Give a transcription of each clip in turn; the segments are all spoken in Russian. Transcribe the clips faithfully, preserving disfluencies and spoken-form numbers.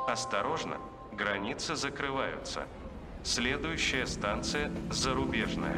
Осторожно, границы закрываются. Следующая станция Зарубежная.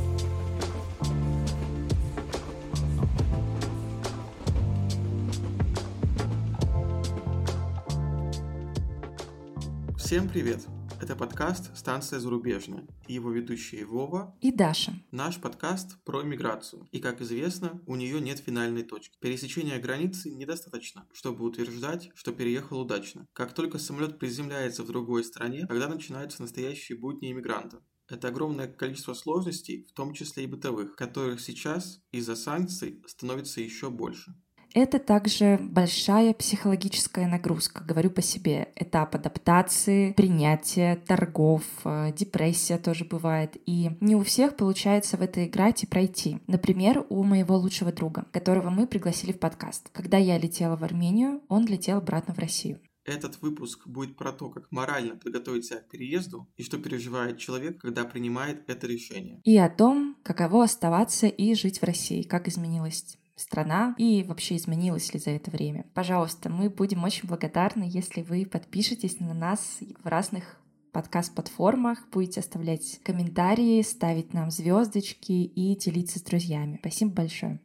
Всем привет! Это подкаст «Станция Зарубежная» и его ведущие Вова и Даша. Наш подкаст про миграцию, и, как известно, у нее нет финальной точки. Пересечения границы недостаточно, чтобы утверждать, что переехал удачно. Как только самолет приземляется в другой стране, тогда начинаются настоящие будни иммигранта. Это огромное количество сложностей, в том числе и бытовых, которых сейчас из-за санкций становится еще больше. Это также большая психологическая нагрузка, говорю по себе. Этап адаптации, принятия, торгов, депрессия тоже бывает. И не у всех получается в это играть и пройти. Например, у моего лучшего друга, которого мы пригласили в подкаст. Когда я летела в Армению, он летел обратно в Россию. Этот выпуск будет про то, как морально подготовить себя к переезду и что переживает человек, когда принимает это решение. И о том, каково оставаться и жить в России, как изменилось страна и вообще изменилась ли за это время. Пожалуйста, мы будем очень благодарны, если вы подпишетесь на нас в разных подкаст-платформах, будете оставлять комментарии, ставить нам звездочки и делиться с друзьями. Спасибо большое.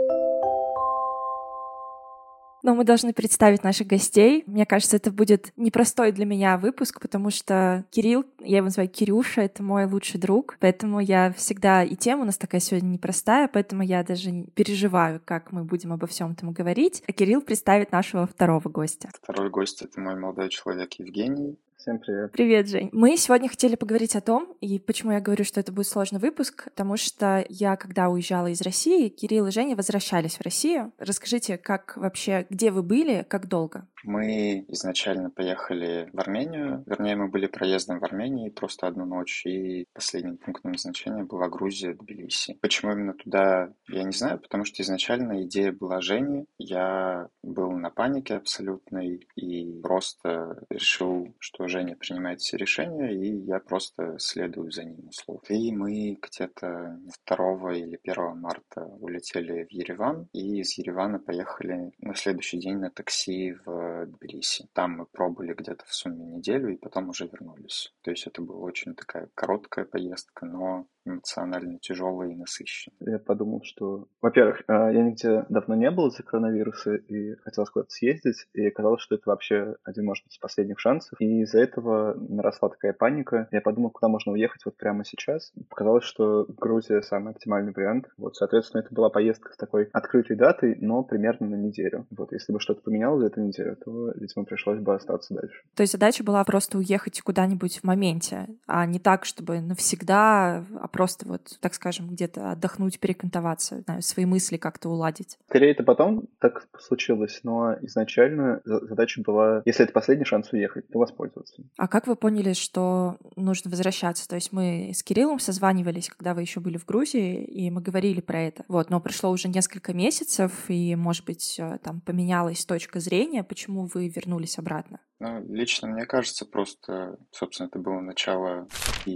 Но мы должны представить наших гостей. Мне кажется, это будет непростой для меня выпуск, потому что Кирилл, я его называю Кирюша, это мой лучший друг, поэтому я всегда, и тема у нас такая сегодня непростая, поэтому я даже переживаю, как мы будем обо всем этом говорить. А Кирилл представит нашего второго гостя. Второй гость — это мой молодой человек Евгений. Всем привет. Привет, Жень. Мы сегодня хотели поговорить о том, и почему я говорю, что это будет сложный выпуск, потому что я, когда уезжала из России, Кирилл и Женя возвращались в Россию. Расскажите, как вообще, где вы были, как долго? Мы изначально поехали в Армению, вернее, мы были проездом в Армении просто одну ночь, и последним пунктом назначения была Грузия, Тбилиси. Почему именно туда, я не знаю, потому что изначально идея была Жени, я был на панике абсолютной и просто решил, что Женя принимает все решения, и я просто следую за ним условно. И мы где-то второго или первого марта улетели в Ереван, и из Еревана поехали на следующий день на такси в Тбилиси. Там мы пробыли где-то в сумме неделю, и потом уже вернулись. То есть это была очень такая короткая поездка, но эмоционально тяжелая и насыщенная. Я подумал, что, во-первых, я нигде давно не был из-за коронавируса и хотел куда-то съездить, и оказалось, что это вообще один, может быть, из последних шансов. И из-за этого наросла такая паника. Я подумал, куда можно уехать вот прямо сейчас. Показалось, что Грузия самый оптимальный вариант. Вот, соответственно, это была поездка с такой открытой датой, но примерно на неделю. Вот, если бы что-то поменялось за эту неделю, то, видимо, пришлось бы остаться дальше. То есть задача была просто уехать куда-нибудь в моменте, а не так, чтобы навсегда, а просто вот, так скажем, где-то отдохнуть, перекантоваться, знаю, свои мысли как-то уладить. Скорее, это потом так случилось, но изначально задача была, если это последний шанс уехать, то воспользоваться. А как вы поняли, что нужно возвращаться? То есть мы с Кириллом созванивались, когда вы еще были в Грузии, и мы говорили про это. Вот, но прошло уже несколько месяцев, и, может быть, там поменялась точка зрения, почему вы вернулись обратно? Ну, лично мне кажется, просто, собственно, это было начало,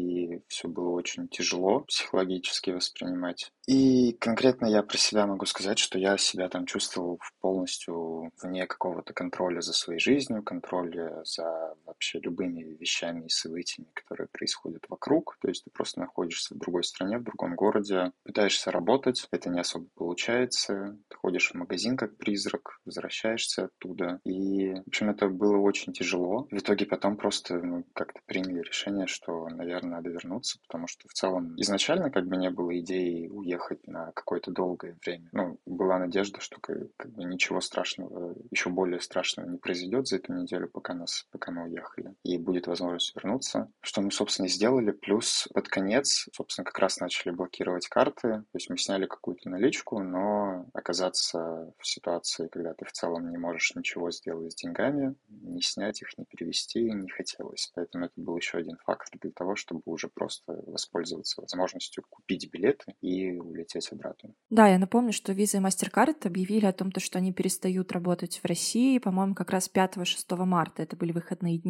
и все было очень тяжело психологически воспринимать. И конкретно я про себя могу сказать, что я себя там чувствовал полностью вне какого-то контроля за своей жизнью, контроля за вообще любыми вещами и событиями, которые происходят вокруг. То есть ты просто находишься в другой стране, в другом городе, пытаешься работать, это не особо получается, ты ходишь в магазин как призрак, возвращаешься оттуда. И, в общем, это было очень тяжело. В итоге потом просто ну, как-то приняли решение, что, наверное, надо вернуться, потому что в целом изначально как бы не было идеи уехать на какое-то долгое время. Ну, была надежда, что как, как бы ничего страшного, еще более страшного не произойдет за эту неделю, пока нас, пока мы уехали. И будет возможность вернуться. Что мы, собственно, и сделали. Плюс под конец, собственно, как раз начали блокировать карты. То есть мы сняли какую-то наличку, но оказаться в ситуации, когда ты в целом не можешь ничего сделать с деньгами, не снять их, не перевести не хотелось. Поэтому это был еще один фактор для того, чтобы уже просто воспользоваться возможностью купить билеты и улететь обратно. Да, я напомню, что Visa и MasterCard объявили о том, что они перестают работать в России, по-моему, как раз пятого-шестого марта. Это были выходные дни.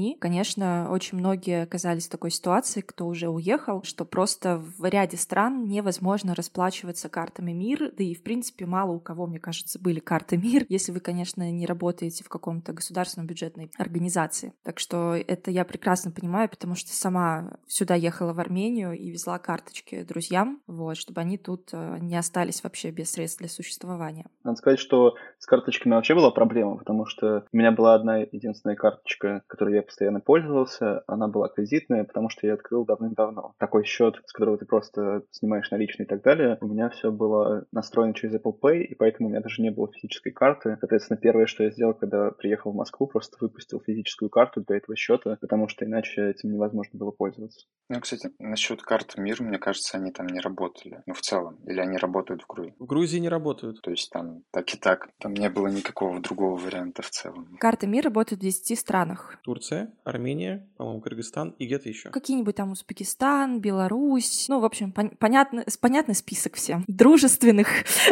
людьми. Конечно, очень многие оказались в такой ситуации, кто уже уехал, что просто в ряде стран невозможно расплачиваться картами МИР, да и, в принципе, мало у кого, мне кажется, были карты МИР, если вы, конечно, не работаете в каком-то государственном бюджетной организации. Так что это я прекрасно понимаю, потому что сама сюда ехала в Армению и везла карточки друзьям, вот, чтобы они тут не остались вообще без средств для существования. Надо сказать, что с карточками вообще была проблема, потому что у меня была одна единственная карточка, которой я постоянно пользовался. Она была кредитная, потому что я открыл давным-давно. Такой счет, с которого ты просто снимаешь наличные и так далее. У меня все было настроено через Apple Pay, и поэтому у меня даже не было физической карты. Соответственно, первое, что я сделал, когда приехал в Москву, просто выпустил физическую карту для этого счета, потому что иначе этим невозможно было пользоваться. Ну, кстати, насчет карт МИР, мне кажется, они там не работали. Ну, в целом. Или они работают в Грузии? В Грузии не работают. То есть там так и так. Там не было никакого другого варианта в целом. Карта МИР работает в десяти странах. Турция, Армения, по-моему, Кыргызстан и где-то еще. Какие-нибудь там Узбекистан, Беларусь. Ну, в общем, пон- понятно, понятный список всем. Дружественных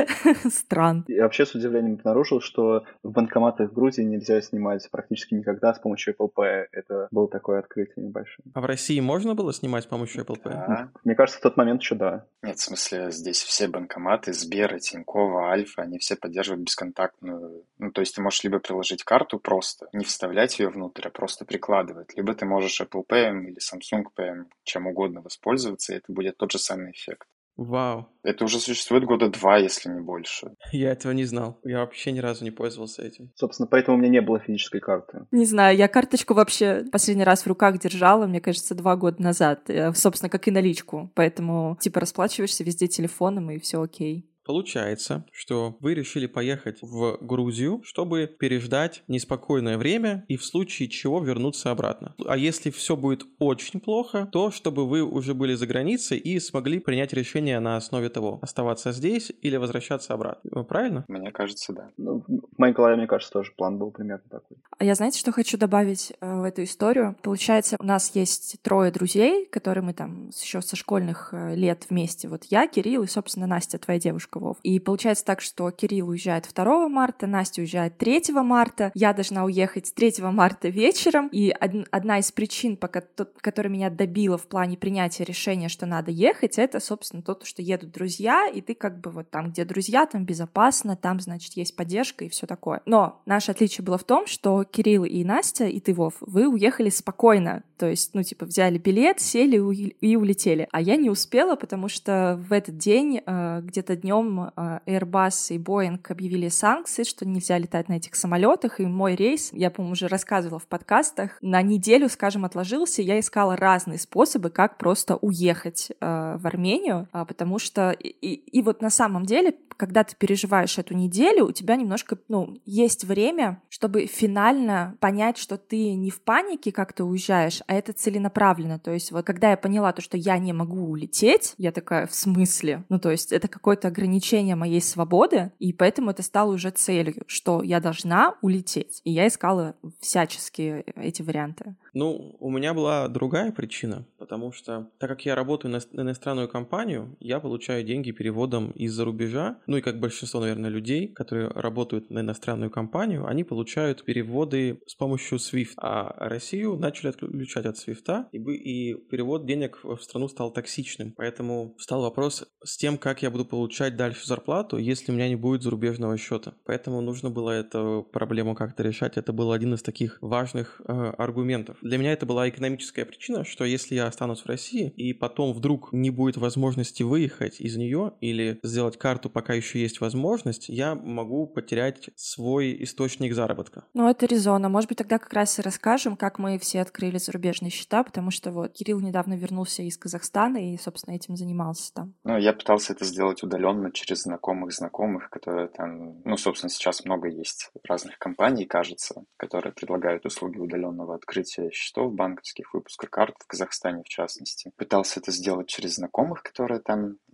стран. Я вообще с удивлением обнаружил, что в банкоматах Грузии нельзя снимать практически никогда с помощью Apple Pay. Это было такое открытие небольшое. А в России можно было снимать с помощью Apple Pay? Да. Мне кажется, в тот момент еще да. Нет, в смысле, здесь все банкоматы, Сбера, Тинькова, Альфа, они все поддерживают бесконтактную... Ну, то есть ты можешь либо приложить карту просто, не вставлять ее внутрь, а просто прикладывать. Либо ты можешь Apple Pay или Samsung Pay, чем угодно воспользоваться, и это будет тот же самый эффект. Вау. Это уже существует года два, если не больше. Я этого не знал. Я вообще ни разу не пользовался этим. Собственно, поэтому у меня не было физической карты. Не знаю, я карточку вообще последний раз в руках держала, мне кажется, два года назад. Собственно, как и наличку. Поэтому, типа, расплачиваешься везде телефоном, и все окей. Получается, что вы решили поехать в Грузию, чтобы переждать неспокойное время и в случае чего вернуться обратно. А если все будет очень плохо, то чтобы вы уже были за границей и смогли принять решение на основе того, оставаться здесь или возвращаться обратно. Правильно? Мне кажется, да. Ну, в моей голове, мне кажется, тоже план был примерно такой. А я, знаете, что хочу добавить э, в эту историю? Получается, у нас есть трое друзей, которые мы там еще со школьных лет вместе. Вот я, Кирилл и, собственно, Настя, твоя девушка, Вов. И получается так, что Кирилл уезжает второго марта, Настя уезжает третьего марта, я должна уехать третьего марта вечером. И од- одна из причин, пока, то, которая меня добила в плане принятия решения, что надо ехать, это, собственно, то, что едут друзья, и ты как бы вот там, где друзья, там безопасно, там, значит, есть поддержка и все такое. Но наше отличие было в том, что Кирилл и Настя, и ты, Вов, вы уехали спокойно. То есть, ну, типа, взяли билет, сели и улетели. А я не успела, потому что в этот день, э, где-то днем, э, Airbus и Boeing объявили санкции, что нельзя летать на этих самолетах, и мой рейс, я, по-моему, уже рассказывала в подкастах, на неделю, скажем, отложился. Я искала разные способы, как просто уехать э, в Армению, э, потому что... И, и, и вот на самом деле, когда ты переживаешь эту неделю, у тебя немножко, ну, есть время, чтобы финально понять, что ты не в панике, как ты уезжаешь, а это целенаправленно. То есть вот когда я поняла то, что я не могу улететь, я такая, в смысле? Ну, то есть это какое-то ограничение моей свободы, и поэтому это стало уже целью, что я должна улететь. И я искала всячески эти варианты. Ну, у меня была другая причина, потому что, так как я работаю на иностранную компанию, я получаю деньги переводом из-за рубежа, ну и как большинство, наверное, людей, которые работают на иностранную компанию, они получают переводы с помощью свифт, а Россию начали отключать от свифта, и, и перевод денег в страну стал токсичным, поэтому встал вопрос с тем, как я буду получать дальше зарплату, если у меня не будет зарубежного счета. Поэтому нужно было эту проблему как-то решать, это был один из таких важных э, аргументов. Для меня это была экономическая причина, что если я останусь в России, и потом вдруг не будет возможности выехать из нее или сделать карту, пока еще есть возможность, я могу потерять свой источник заработка. Ну, это резонно. Может быть, тогда как раз и расскажем, как мы все открыли зарубежные счета, потому что вот Кирилл недавно вернулся из Казахстана и, собственно, этим занимался там. Ну, я пытался это сделать удаленно через знакомых знакомых, которые там... Ну, собственно, сейчас много есть разных компаний, кажется, которые предлагают услуги удаленного открытия счетов банковских, выпуска карт в Казахстане, в частности. Пытался это сделать через знакомых, которые там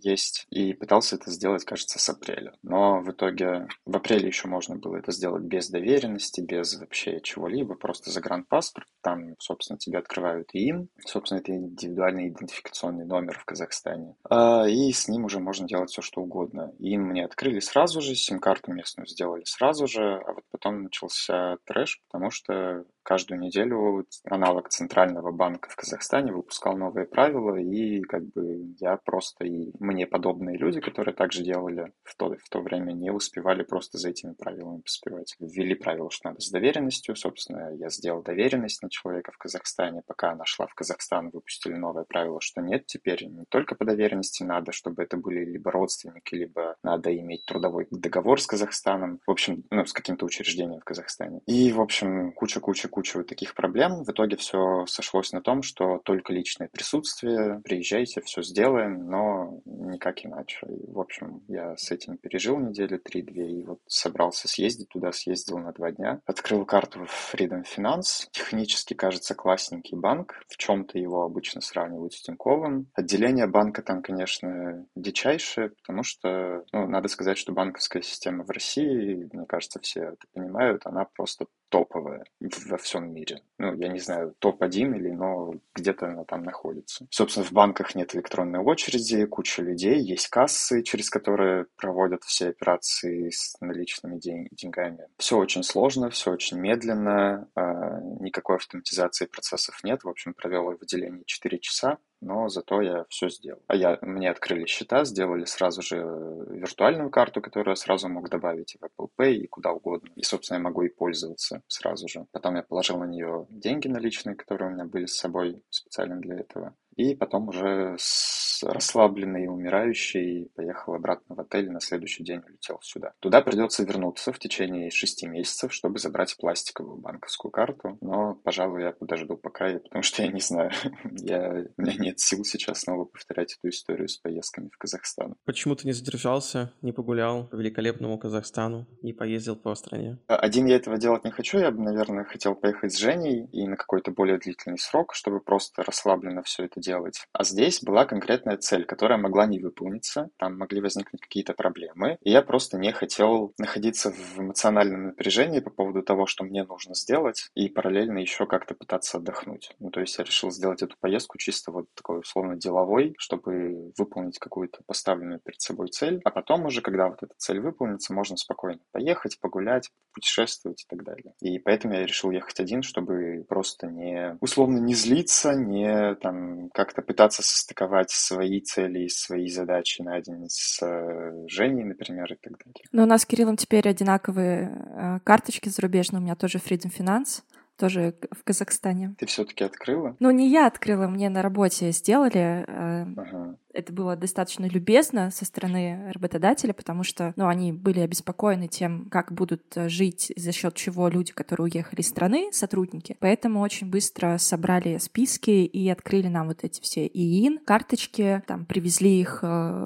есть. И пытался это сделать, кажется, с апреля. Но в итоге в апреле еще можно было это сделать без доверенности, без вообще чего-либо, просто загранпаспорт. Там, собственно, тебе открывают ИИН. Собственно, это индивидуальный идентификационный номер в Казахстане. А, и с ним уже можно делать все, что угодно. ИИН мне открыли сразу же, сим-карту местную сделали сразу же, а вот потом начался трэш, потому что каждую неделю аналог Центрального банка в Казахстане выпускал новые правила, и как бы я просто и мне подобные люди, которые также делали в то, в то время, не успевали просто за этими правилами поспевать. Ввели правило, что надо с доверенностью, собственно, я сделал доверенность на человека в Казахстане, пока она шла в Казахстан, выпустили новое правило, что нет, теперь не только по доверенности надо, чтобы это были либо родственники, либо надо иметь трудовой договор с Казахстаном, в общем, ну, с каким-то учреждением в Казахстане. И, в общем, куча-куча кучу вот таких проблем. В итоге все сошлось на том, что только личное присутствие, приезжайте, все сделаем, но никак иначе. И, в общем, я с этим пережил недели три-две и вот собрался съездить туда, съездил на два дня. Открыл карту в Freedom Finance. Технически, кажется, классненький банк. В чем-то его обычно сравнивают с Тиньковым. Отделение банка там, конечно, дичайшее, потому что, ну, надо сказать, что банковская система в России, мне кажется, все это понимают, она просто топовая во всем мире. Ну, я не знаю, топ один или, но где-то она там находится. Собственно, в банках нет электронной очереди, куча людей, есть кассы, через которые проводят все операции с наличными день- деньгами. Все очень сложно, все очень медленно, э, никакой автоматизации процессов нет. В общем, провел я в отделении четыре часа, но зато я все сделал. А я, мне открыли счета, сделали сразу же виртуальную карту, которую я сразу мог добавить и в Apple Pay, и куда угодно. И, собственно, я могу и пользоваться сразу же. Потом я положил на нее деньги наличные, которые у меня были с собой специально для этого. И потом уже с расслабленный и умирающий поехал обратно в отель и на следующий день улетел сюда. Туда придется вернуться в течение шести месяцев, чтобы забрать пластиковую банковскую карту. Но, пожалуй, я подожду пока, потому что я не знаю, я, у меня нет сил сейчас снова повторять эту историю с поездками в Казахстан. Почему ты не задержался, не погулял по великолепному Казахстану, не поездил по стране? Один я этого делать не хочу, я бы, наверное, хотел поехать с Женей и на какой-то более длительный срок, чтобы просто расслабленно все это делать. А здесь была конкретная цель, которая могла не выполниться, там могли возникнуть какие-то проблемы, и я просто не хотел находиться в эмоциональном напряжении по поводу того, что мне нужно сделать, и параллельно еще как-то пытаться отдохнуть. Ну, то есть я решил сделать эту поездку чисто вот такой условно деловой, чтобы выполнить какую-то поставленную перед собой цель, а потом уже, когда вот эта цель выполнится, можно спокойно поехать, погулять, путешествовать и так далее. И поэтому я решил ехать один, чтобы просто не, условно, не злиться, не там как-то пытаться состыковать свои цели и свои задачи на день с э, Женей, например, и так далее. Но у нас с Кириллом теперь одинаковые э, карточки зарубежные. У меня тоже Freedom Finance, тоже в Казахстане. Ты все-таки открыла? Ну, не я открыла, мне на работе сделали. Э, Ага. Это было достаточно любезно со стороны работодателя, потому что, ну, они были обеспокоены тем, как будут жить, за счет чего люди, которые уехали из страны, сотрудники. Поэтому очень быстро собрали списки и открыли нам вот эти все ИИН, карточки, там, привезли их э,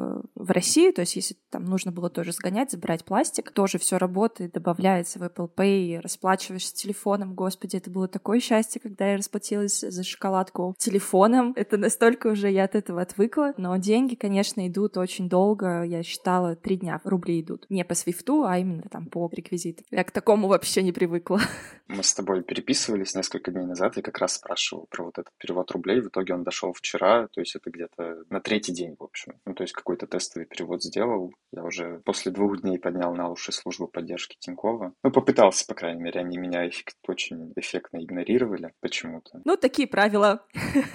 в Россию, то есть если там нужно было тоже сгонять, забирать пластик, тоже все работает, добавляется в Apple Pay, расплачиваешься телефоном. Господи, это было такое счастье, когда я расплатилась за шоколадку телефоном. Это настолько уже я от этого отвыкла, но деньги, конечно, идут очень долго. Я считала, три дня рубли идут. Не по свифту, а именно там по реквизиту. Я к такому вообще не привыкла. Мы с тобой переписывались несколько дней назад, и как раз спрашивал про вот этот перевод рублей. В итоге он дошел вчера, то есть это где-то на третий день, в общем. Ну, то есть какой-то тестовый перевод сделал. Я уже после двух дней поднял на уши службу поддержки Тинькова. Ну, попытался, по крайней мере. Они меня эффект, очень эффектно игнорировали почему-то. Ну, такие правила.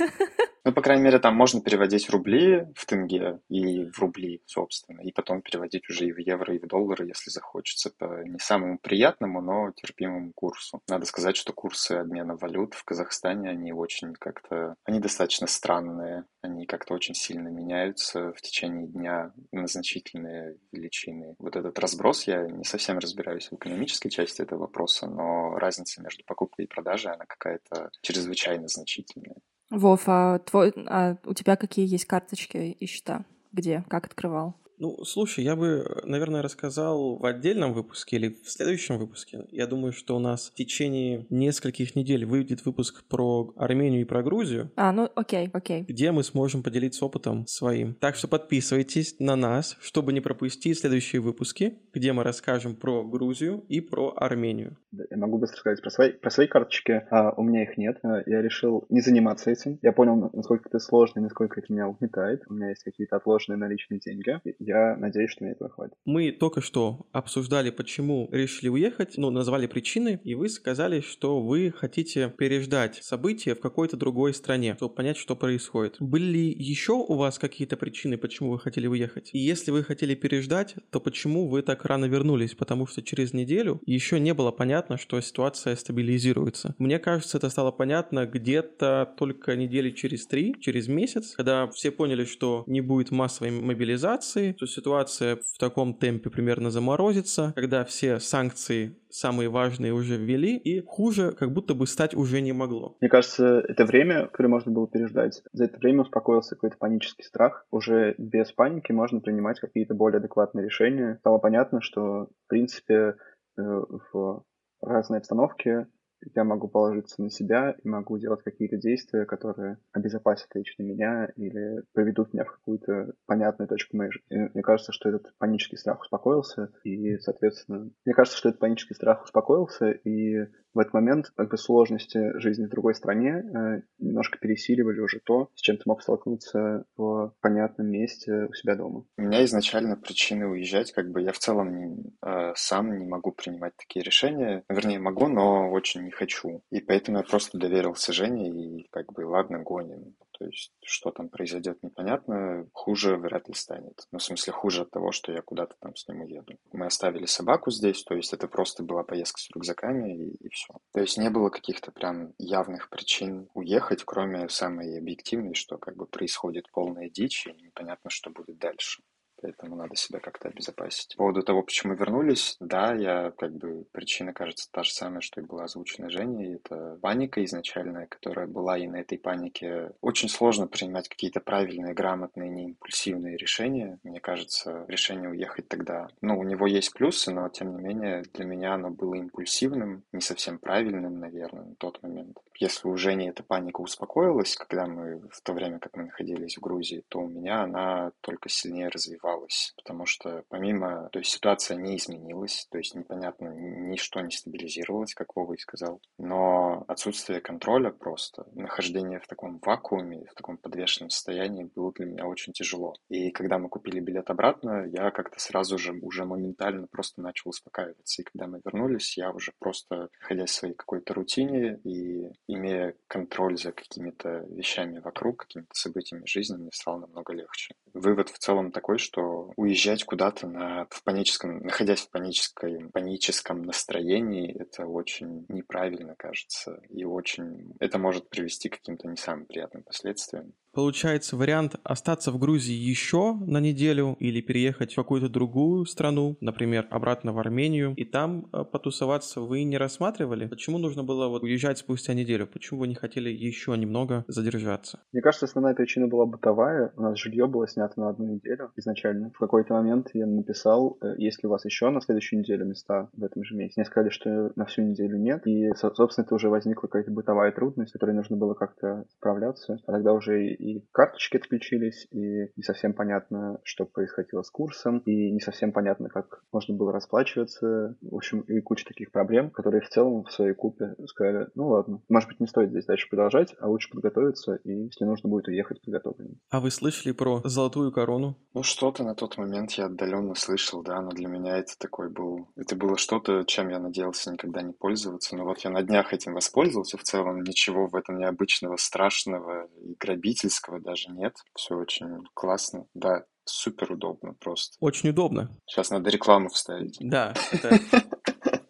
Ну, по крайней мере, там можно переводить рубли в тенге и в рубли, собственно, и потом переводить уже и в евро, и в доллары, если захочется, по не самому приятному, но терпимому курсу. Надо сказать, что курсы обмена валют в Казахстане, они очень как-то, они достаточно странные, они как-то очень сильно меняются в течение дня на значительные величины. Вот этот разброс, я не совсем разбираюсь в экономической части этого вопроса, но разница между покупкой и продажей, она какая-то чрезвычайно значительная. Вов, а, твой, а у тебя какие есть карточки и счета? Где? Как открывал? Ну, слушай, я бы, наверное, рассказал в отдельном выпуске или в следующем выпуске. Я думаю, что у нас в течение нескольких недель выйдет выпуск про Армению и про Грузию. А, ну окей, окей. Где мы сможем поделиться опытом своим. Так что подписывайтесь на нас, чтобы не пропустить следующие выпуски, где мы расскажем про Грузию и про Армению. Да, я могу быстро сказать про свои, про свои карточки. А, у меня их нет. А, я решил не заниматься этим. Я понял, насколько это сложно и насколько это меня угнетает. У меня есть какие-то отложенные наличные деньги. Я надеюсь, что мне этого хватит. Мы только что обсуждали, почему решили уехать, ну, назвали причины, и вы сказали, что вы хотите переждать события в какой-то другой стране, чтобы понять, что происходит. Были ли еще у вас какие-то причины, почему вы хотели уехать? И если вы хотели переждать, то почему вы так рано вернулись? Потому что через неделю еще не было понятно, что ситуация стабилизируется. Мне кажется, это стало понятно где-то только недели через три, через месяц, когда все поняли, что не будет массовой мобилизации, что ситуация в таком темпе примерно заморозится, когда все санкции самые важные уже ввели, и хуже как будто бы стать уже не могло. Мне кажется, это время, которое можно было переждать. За это время успокоился какой-то панический страх. Уже без паники можно принимать какие-то более адекватные решения. Стало понятно, что, в принципе, в разной обстановке я могу положиться на себя и могу делать какие-то действия, которые обезопасят лично меня или приведут меня в какую-то понятную точку моей жизни. И мне кажется, что этот панический страх успокоился, и, соответственно, мне кажется, что этот панический страх успокоился, и в этот момент как бы сложности жизни в другой стране э, немножко пересиливали уже то, с чем ты мог столкнуться в понятном месте у себя дома. У меня изначально причины уезжать, как бы я в целом не, э, сам не могу принимать такие решения. Вернее, могу, но очень не хочу. И поэтому я просто доверился Жене и как бы ладно, гоним. То есть, что там произойдет, непонятно. Хуже вряд ли станет. Ну, в смысле, хуже от того, что я куда-то там с ним уеду. Мы оставили собаку здесь, то есть это просто была поездка с рюкзаками и, и все. То есть не было каких-то прям явных причин уехать, кроме самой объективной, что как бы происходит полная дичь и непонятно, что будет дальше. Поэтому надо себя как-то обезопасить. По поводу того, почему вернулись, да, я как бы причина, кажется, та же самая, что и была озвучена Женей. Это паника изначальная, которая была, и на этой панике очень сложно принимать какие-то правильные, грамотные, не импульсивные решения. Мне кажется, решение уехать тогда, ну, у него есть плюсы, но тем не менее для меня оно было импульсивным, не совсем правильным, наверное, на тот момент. Если у Жени эта паника успокоилась, когда мы в то время, как мы находились в Грузии, то у меня она только сильнее развивалась, потому что помимо, то есть ситуация не изменилась, то есть непонятно, ничто не стабилизировалось, как Вова и сказал, но отсутствие контроля просто, нахождение в таком вакууме, в таком подвешенном состоянии было для меня очень тяжело. И когда мы купили билет обратно, я как-то сразу же уже моментально просто начал успокаиваться. И когда мы вернулись, я уже просто, находясь в своей какой-то рутине и имея контроль за какими-то вещами вокруг, какими-то событиями жизни, мне стало намного легче. Вывод в целом такой, что уезжать куда-то на, в паническом, находясь в паническом, паническом настроении, это очень неправильно, кажется, и очень это может привести к каким-то не самым приятным последствиям. Получается, вариант остаться в Грузии еще на неделю или переехать в какую-то другую страну, например, обратно в Армению, и там потусоваться вы не рассматривали? Почему нужно было вот уезжать спустя неделю? Почему вы не хотели еще немного задержаться? Мне кажется, основная причина была бытовая. У нас жилье было снято на одну неделю изначально. В какой-то момент я написал, есть ли у вас еще на следующую неделю места в этом же месяце. Мне сказали, что на всю неделю нет. И, собственно, это уже возникла какая-то бытовая трудность, с которой нужно было как-то справляться. А тогда уже и карточки отключились, и не совсем понятно, что происходило с курсом, и не совсем понятно, как можно было расплачиваться. В общем, и куча таких проблем, которые в целом в своей купе сказали, ну ладно, может быть, не стоит здесь дальше продолжать, а лучше подготовиться, и если нужно будет уехать, подготовленным. А вы слышали про золотую корону? Ну, что-то на тот момент я отдаленно слышал, да, но для меня это такой был... Это было что-то, чем я надеялся никогда не пользоваться. Но вот я на днях этим воспользовался. В целом ничего в этом необычного, страшного и грабительского даже нет. Все очень классно. Да, супер удобно просто. Очень удобно. Сейчас надо рекламу вставить. Да, это...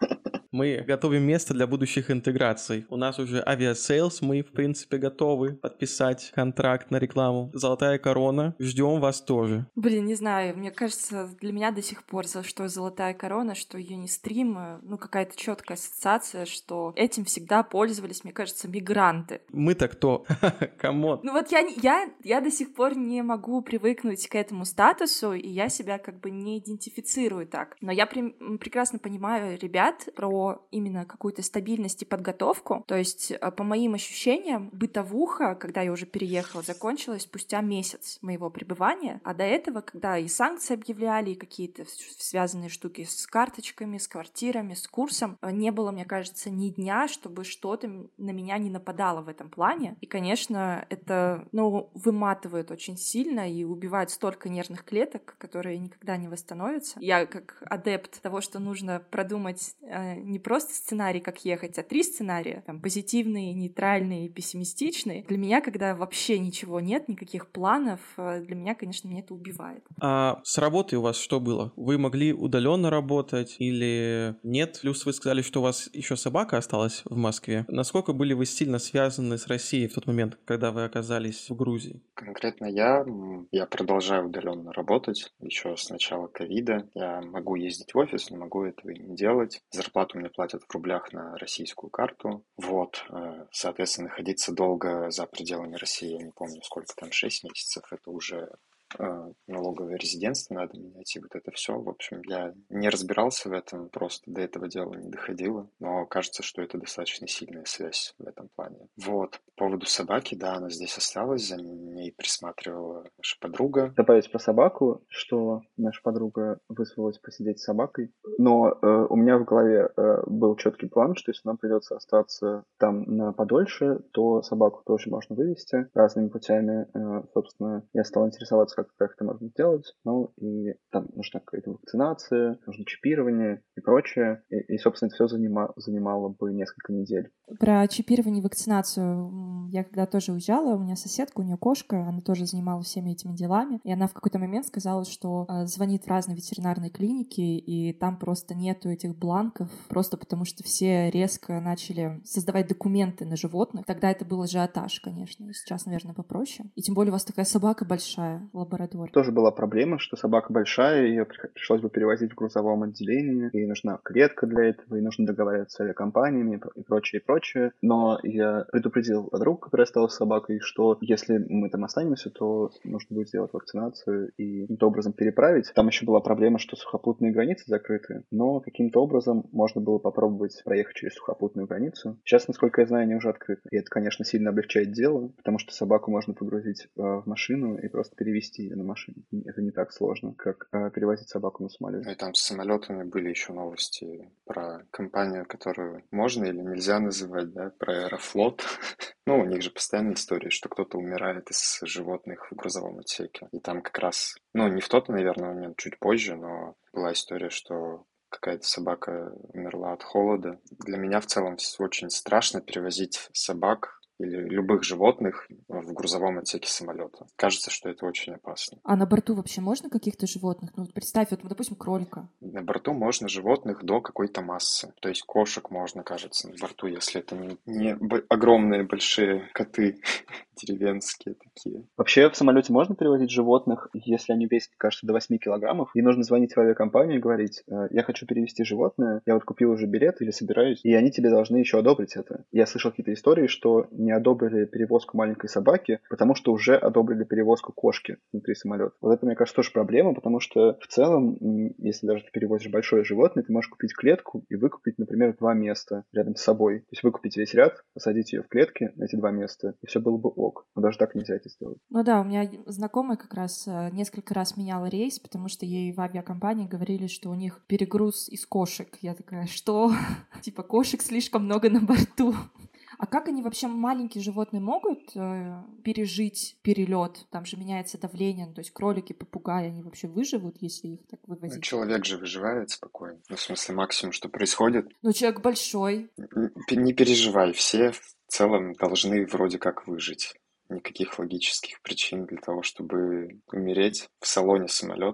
Мы готовим место для будущих интеграций. У нас уже авиасейлс, мы, в принципе, готовы подписать контракт на рекламу. Золотая корона, ждем вас тоже. Блин, не знаю, мне кажется, для меня до сих пор, за что золотая корона, что Юнистрим, ну, какая-то четкая ассоциация, что этим всегда пользовались, мне кажется, мигранты. Мы-то кто? Камон. Ну вот я, не- я, я до сих пор не могу привыкнуть к этому статусу, и я себя как бы не идентифицирую так. Но я прем- прекрасно понимаю ребят про именно какую-то стабильность и подготовку. То есть, э, по моим ощущениям, бытовуха, когда я уже переехала, закончилась спустя месяц моего пребывания. А до этого, когда и санкции объявляли, и какие-то с- связанные штуки с карточками, с квартирами, с курсом, э, не было, мне кажется, ни дня, чтобы что-то м- на меня не нападало в этом плане. И, конечно, это, ну, выматывает очень сильно и убивает столько нервных клеток, которые никогда не восстановятся. Я как адепт того, что нужно продумать э, не просто сценарий, как ехать, а три сценария, там, позитивный, нейтральный и пессимистичный. Для меня, когда вообще ничего нет, никаких планов, э, для меня, конечно, меня это убивает. А с работой у вас что было? Вы могли удаленно работать или нет? Плюс вы сказали, что у вас еще собака осталась в Москве. Насколько были вы сильно связаны с Россией в тот момент, когда вы оказались в Грузии? Конкретно я, м, я продолжаю удаленно работать еще с начала ковида. Я могу ездить в офис, но могу этого и не делать. Зарплату мне платят в рублях на российскую карту. Вот, э, соответственно, находиться долго за пределами России, я не помню, сколько там, шесть месяцев, это уже э, налоговое резидентство надо менять, и вот это все. В общем, я не разбирался в этом, просто до этого дела не доходило, но кажется, что это достаточно сильная связь в этом плане. Вот, по поводу собаки, да, она здесь осталась, за ней присматривала наша подруга. Добавить про собаку, что наша подруга вызвалась посидеть с собакой, но э, у меня в голове э, был четкий план, что если нам придется остаться там на подольше, то собаку тоже можно вывести разными путями. Э, собственно, я стал интересоваться, как, как это можно сделать. Ну, и там нужна какая-то вакцинация, нужно чипирование и прочее. И, и собственно, это все занима, занимало бы несколько недель. Про чипирование и вакцинацию. м, Я когда тоже уезжала, у меня соседка, у нее кошка, она тоже занималась всеми этими делами. И она в какой-то момент сказала, что э, звонит в разные ветеринарные клиники, и там просто нету этих бланков, просто потому что все резко начали создавать документы на животных. Тогда это был ажиотаж, конечно. Сейчас, наверное, попроще. И тем более у вас такая собака большая, лабрадор. Тоже была проблема, что собака большая, ее пришлось бы перевозить в грузовом отделении, ей нужна клетка для этого, и нужно договариваться с авиакомпаниями и про- и прочее, и прочее. Но я предупредил подругу, которая осталась с собакой, что если мы там останемся, то нужно будет сделать вакцинацию и каким-то образом переправить. Там еще была проблема, что сухопутные границы закрыты, но каким-то образом можно было попробовать проехать через сухопутную границу. Сейчас, насколько я знаю, они уже открыты. И это, конечно, сильно облегчает дело, потому что собаку можно погрузить э, в машину и просто перевезти ее на машине. Это не так сложно, как э, перевозить собаку на самолете. Ну и там с самолетами были еще новости про компанию, которую можно или нельзя называть, да, про Аэрофлот. Ну, у них же постоянная история, что кто-то умирает из животных в грузовом отсеке. И там как раз, ну, не в тот, наверное, момент, чуть позже, но была история, что какая-то собака умерла от холода. Для меня в целом очень страшно перевозить собак или любых животных в грузовом отсеке самолета. Кажется, что это очень опасно. А на борту вообще можно каких-то животных? Ну, вот представь, вот, допустим, кролика. На борту можно животных до какой-то массы. То есть кошек можно, кажется, на борту, если это не, не б- огромные большие коты деревенские такие. Вообще в самолете можно перевозить животных, если они весят, кажется, до восьми килограммов, и нужно звонить в авиакомпанию и говорить: «Э, я хочу перевезти животное, я вот купил уже билет или собираюсь, и они тебе должны еще одобрить это». Я слышал какие-то истории, что не одобрили перевозку маленькой собаки, потому что уже одобрили перевозку кошки внутри самолета. Вот это, мне кажется, тоже проблема, потому что в целом, м, если даже ты перевозишь большое животное, ты можешь купить клетку и выкупить, например, два места рядом с собой. То есть выкупить весь ряд, посадить ее в клетки на эти два места, и все было бы ок. Но даже так нельзя это сделать. Ну да, у меня знакомая как раз э, несколько раз меняла рейс, потому что ей в авиакомпании говорили, что у них перегруз из кошек. Я такая, что? Типа кошек слишком много на борту. А как они вообще, маленькие животные, могут э, пережить перелет? Там же меняется давление, ну, то есть кролики, попугаи, они вообще выживут, если их так Ну, вывозить? человек же выживает спокойно. Ну, в смысле, максимум, что происходит. Ну, человек большой. Н- Не переживай, все в целом должны вроде как выжить. Никаких логических причин для того, чтобы умереть в салоне самолета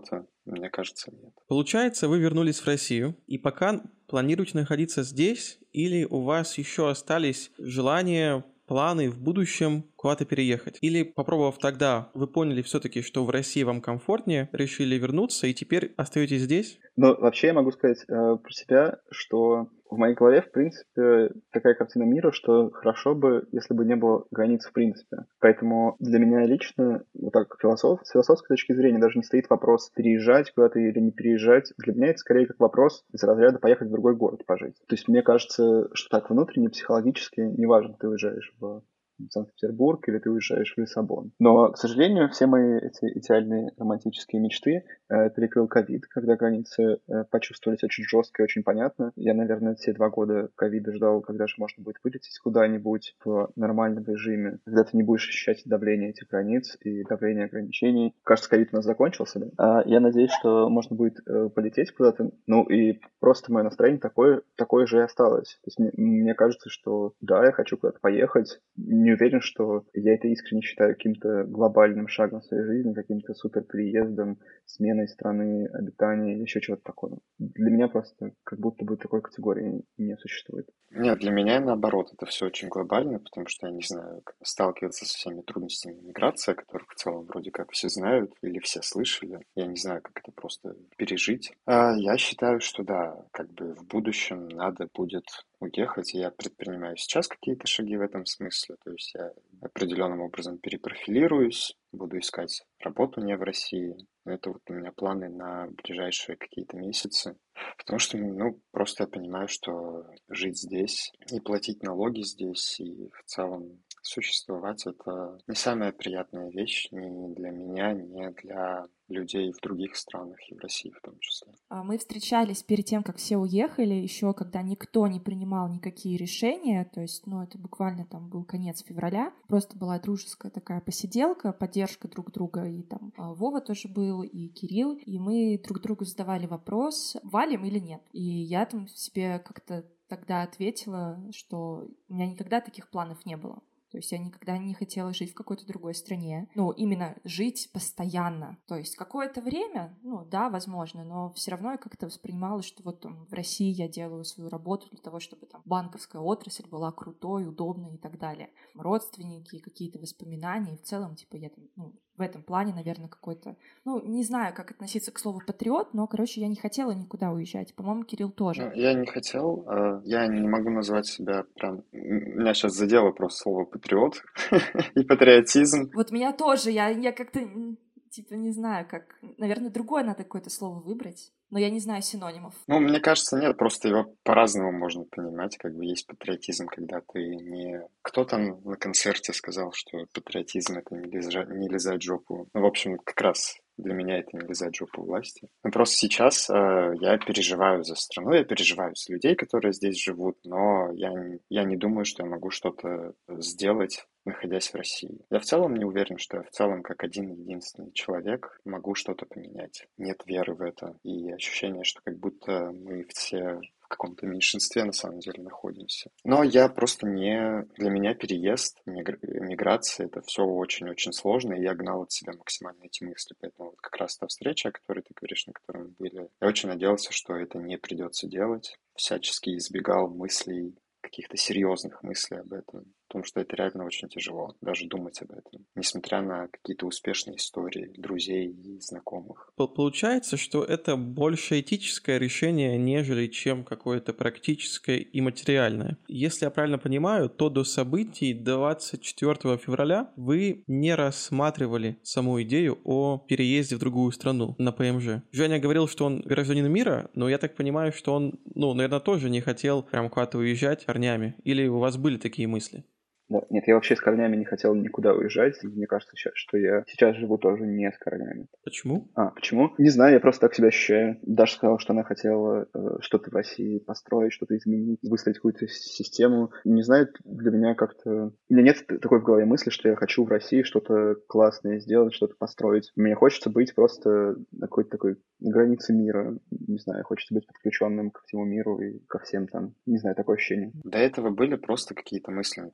Мне кажется, нет. Получается, вы вернулись в Россию, и пока планируете находиться здесь, или у вас еще остались желания, планы в будущем куда-то переехать? Или, попробовав тогда, вы поняли все-таки, что в России вам комфортнее, решили вернуться и теперь остаетесь здесь? Ну, вообще я могу сказать э, про себя, что в моей голове, в принципе, такая картина мира, что хорошо бы, если бы не было границ в принципе. Поэтому для меня лично, вот так, философ, с философской точки зрения, даже не стоит вопрос, переезжать куда-то или не переезжать. Для меня это скорее как вопрос из разряда поехать в другой город пожить. То есть мне кажется, что так внутренне, психологически, неважно, ты уезжаешь в Санкт-Петербург или ты уезжаешь в Лиссабон. Но, к сожалению, все мои эти идеальные романтические мечты э, перекрыл ковид, когда границы э, почувствовались очень жестко и очень понятно. Я, наверное, все два года ковида ждал, когда же можно будет вылететь куда-нибудь в нормальном режиме, когда ты не будешь ощущать давление этих границ и давление ограничений. Кажется, ковид у нас закончился, да? А я надеюсь, что можно будет э, полететь куда-то. Ну и просто мое настроение такое, такое же и осталось. То есть мне, мне кажется, что да, я хочу куда-то поехать. Не уверен, что я это искренне считаю каким-то глобальным шагом в своей жизни, каким-то супер переездом, сменой страны обитания или еще чего-то такого. Для меня просто как будто бы такой категории не существует. Нет, для меня наоборот, это все очень глобально, потому что я не знаю, как сталкиваться со всеми трудностями миграции, о которых в целом вроде как все знают или все слышали. Я не знаю, как это просто пережить. А я считаю, что да, как бы в будущем надо будет уехать, и я предпринимаю сейчас какие-то шаги в этом смысле, то есть я определенным образом перепрофилируюсь, буду искать работу не в России. Это вот у меня планы на ближайшие какие-то месяцы, потому что, ну, просто я понимаю, что жить здесь и платить налоги здесь, и в целом существовать — это не самая приятная вещь ни для меня, ни для людей в других странах и в России в том числе. Мы встречались перед тем, как все уехали, еще когда никто не принимал никакие решения, то есть, ну, это буквально там был конец февраля, просто была дружеская такая посиделка, поддержка друг друга, и там Вова тоже был, и Кирилл, и мы друг другу задавали вопрос, валим или нет. И я там себе как-то тогда ответила, что у меня никогда таких планов не было. То есть я никогда не хотела жить в какой-то другой стране. Ну, именно жить постоянно. То есть какое-то время, ну да, возможно, но все равно я как-то воспринимала, что вот там, в России я делаю свою работу для того, чтобы там банковская отрасль была крутой, удобной и так далее. Родственники, какие-то воспоминания. И в целом, типа, я там, ну, в этом плане, наверное, какой-то... Ну, не знаю, как относиться к слову «патриот», но, короче, я не хотела никуда уезжать. По-моему, Кирилл тоже. Ну, я не хотел, я не могу назвать себя прям... Меня сейчас задело просто слово «патриот» и патриотизм. Вот меня тоже, я, я как-то, типа, не знаю, как... Наверное, другое надо какое-то слово выбрать, но я не знаю синонимов. Ну, мне кажется, нет, просто его по-разному можно понимать. Как бы есть патриотизм, когда ты не... Кто там на концерте сказал, что патриотизм — это не лизать, не лизать жопу? Ну, в общем, как раз... Для меня это не лизать жопу власти. Но просто сейчас э, я переживаю за страну, я переживаю за людей, которые здесь живут, но я, я не думаю, что я могу что-то сделать, находясь в России. Я в целом не уверен, что я в целом как один единственный человек могу что-то поменять. Нет веры в это. И ощущение, что как будто мы все в каком-то меньшинстве на самом деле находимся. Но я просто не... Для меня переезд, миграция — это все очень-очень сложно, и я гнал от себя максимально эти мысли. Поэтому вот как раз та встреча, о которой ты говоришь, на которой мы были, я очень надеялся, что это не придется делать. Всячески избегал мыслей, каких-то серьезных мыслей об этом. Потому что это реально очень тяжело, даже думать об этом, несмотря на какие-то успешные истории друзей и знакомых. Получается, что это больше этическое решение, нежели чем какое-то практическое и материальное. Если я правильно понимаю, то до событий двадцать четвёртого февраля вы не рассматривали саму идею о переезде в другую страну на ПМЖ. Женя говорил, что он гражданин мира, но я так понимаю, что он, ну, наверное, тоже не хотел прям куда-то уезжать корнями. Или у вас были такие мысли? Да, нет, я вообще с корнями не хотел никуда уезжать. И мне кажется, сейчас, что я сейчас живу тоже не с корнями. Почему? А, почему? Не знаю, я просто так себя ощущаю. Даша сказала, что она хотела э, что-то в России построить, что-то изменить, выстроить какую-то систему. Не знаю, для меня как-то... У меня нет такой в голове мысли, что я хочу в России что-то классное сделать, что-то построить. Мне хочется быть просто на какой-то такой границе мира. Не знаю, хочется быть подключенным ко всему миру и ко всем там. Не знаю, такое ощущение. До этого были просто какие-то мысли. То есть я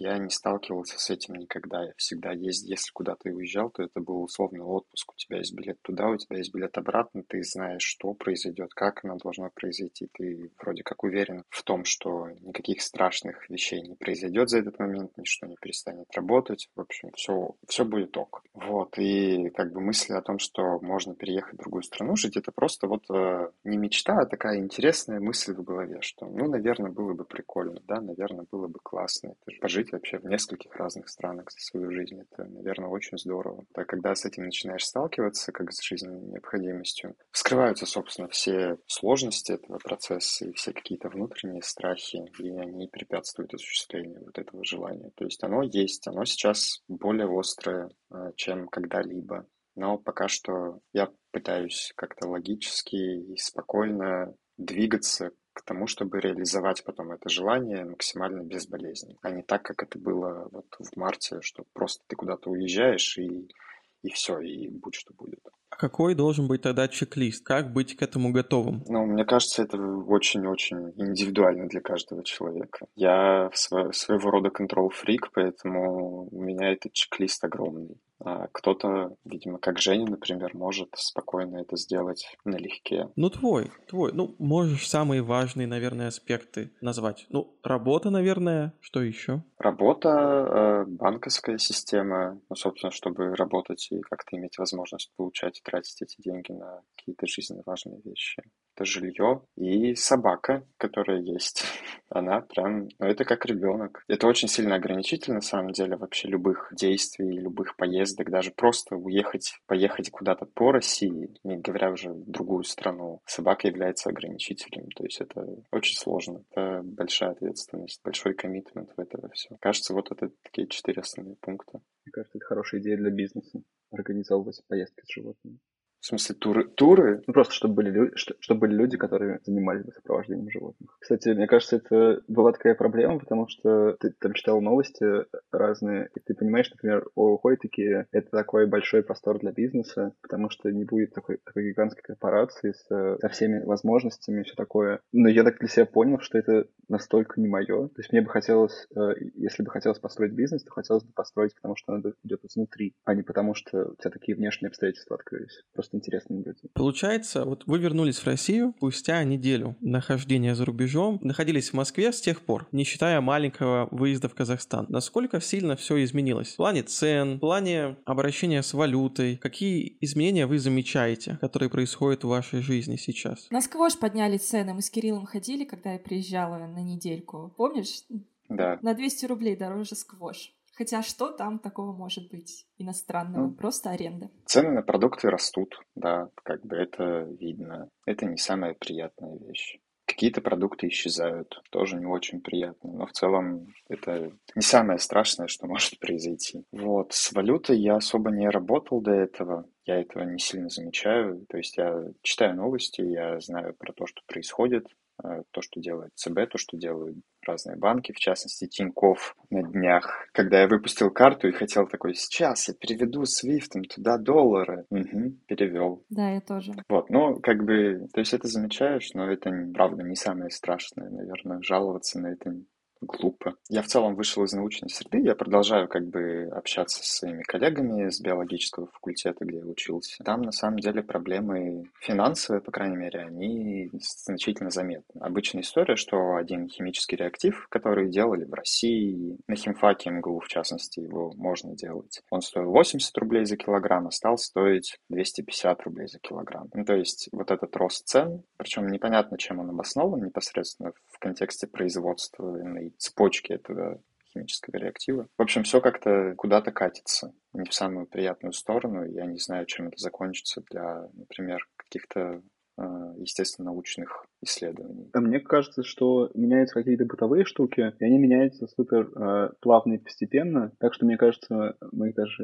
я не сталкивался с этим никогда. Я всегда ездил, если куда-то и уезжал, то это был условный отпуск. У тебя есть билет туда, у тебя есть билет обратно, ты знаешь, что произойдет, как оно должно произойти. Ты вроде как уверен в том, что никаких страшных вещей не произойдет за этот момент, ничто не перестанет работать. В общем, все, все будет ок. Вот, и как бы мысль о том, что можно переехать в другую страну, жить, это просто вот э, не мечта, а такая интересная мысль в голове, что, ну, наверное, было бы прикольно, да, наверное, было бы классно. Это же пожить вообще в нескольких разных странах за свою жизнь, это, наверное, очень здорово. А когда с этим начинаешь сталкиваться, как с жизненной необходимостью, вскрываются, собственно, все сложности этого процесса и все какие-то внутренние страхи, и они препятствуют осуществлению вот этого желания. То есть оно есть, оно сейчас более острое, э, чем когда-либо. Но пока что я пытаюсь как-то логически и спокойно двигаться к тому, чтобы реализовать потом это желание максимально безболезненно, а не так, как это было вот в марте, что просто ты куда-то уезжаешь и, и все, и будь что будет. А какой должен быть тогда чек-лист? Как быть к этому готовым? Ну, мне кажется, это очень-очень индивидуально для каждого человека. Я сво- своего рода контрол-фрик, поэтому у меня этот чек-лист огромный. А кто-то, видимо, как Женя, например, может спокойно это сделать налегке. Ну, твой, твой. Ну, можешь самые важные, наверное, аспекты назвать. Ну, работа, наверное. Что еще? Работа, э, банковская система, ну, собственно, чтобы работать и как-то иметь возможность получать и тратить эти деньги на какие-то жизненно важные вещи. Это жилье и собака, которая есть. Она прям, ну, это как ребенок. Это очень сильно ограничитель, на самом деле, вообще любых действий, любых поездок, даже просто уехать, поехать куда-то по России, не говоря уже в другую страну. Собака является ограничителем, то есть это очень сложно. Это большая ответственность, большой коммитмент в это все. Кажется, вот это такие четыре основные пункта. Мне кажется, это хорошая идея для бизнеса. Организовывать поездки с животными. В смысле, туры? Туры? Ну, просто чтобы были, лю- что- чтобы были люди, которые занимались бы сопровождением животных. Кстати, мне кажется, это была такая проблема, потому что ты там читал новости разные, и ты понимаешь, например, о Хойтеке это такой большой простор для бизнеса, потому что не будет такой, такой гигантской корпорации с, со всеми возможностями и все такое. Но я так для себя понял, что это настолько не мое. То есть мне бы хотелось, э, если бы хотелось построить бизнес, то хотелось бы построить, потому что он идет изнутри, а не потому что у тебя такие внешние обстоятельства открылись. Просто интересно наблюдать. Получается, вот вы вернулись в Россию спустя неделю нахождения за рубежом, находились в Москве с тех пор, не считая маленького выезда в Казахстан. Насколько сильно все изменилось? В плане цен, в плане обращения с валютой? Какие изменения вы замечаете, которые происходят в вашей жизни сейчас? На сквош подняли цены. Мы с Кириллом ходили, когда я приезжала на недельку. Помнишь? Да. На двести рублей дороже сквош. Хотя что там такого может быть иностранного? Ну, Просто аренда. цены на продукты растут, да, как бы это видно. Это не самая приятная вещь. Какие-то продукты исчезают, тоже не очень приятно, но в целом это не самое страшное, что может произойти. Вот, с валютой я особо не работал до этого, я этого не сильно замечаю, то есть я читаю новости, я знаю про то, что происходит, то, что делает ЦБ, то, что делают разные банки, в частности, Тинькофф на днях. Когда я выпустил карту и хотел такой, сейчас я переведу свифтом туда доллары. Угу, перевел. Да, я тоже. Вот, ну, как бы, то есть это замечаешь, но это, правда, не самое страшное, наверное, жаловаться на это глупо. Я в целом вышел из научной среды, я продолжаю как бы общаться со своими коллегами с биологического факультета, где я учился. Там на самом деле проблемы финансовые, по крайней мере, они значительно заметны. Обычная история, что один химический реактив, который делали в России, на химфаке МГУ в частности, его можно делать, он стоил восемьдесят рублей за килограмм, а стал стоить двести пятьдесят рублей за килограмм. Ну, то есть вот этот рост цен, причем непонятно, чем он обоснован непосредственно в контексте производственной цепочки этого химического реактива. В общем, все как-то куда-то катится, не в самую приятную сторону. Я не знаю, чем это закончится для, например, каких-то естественно-научных исследований. А мне кажется, что меняются какие-то бытовые штуки, и они меняются супер э, плавно и постепенно. Так что, мне кажется, мы даже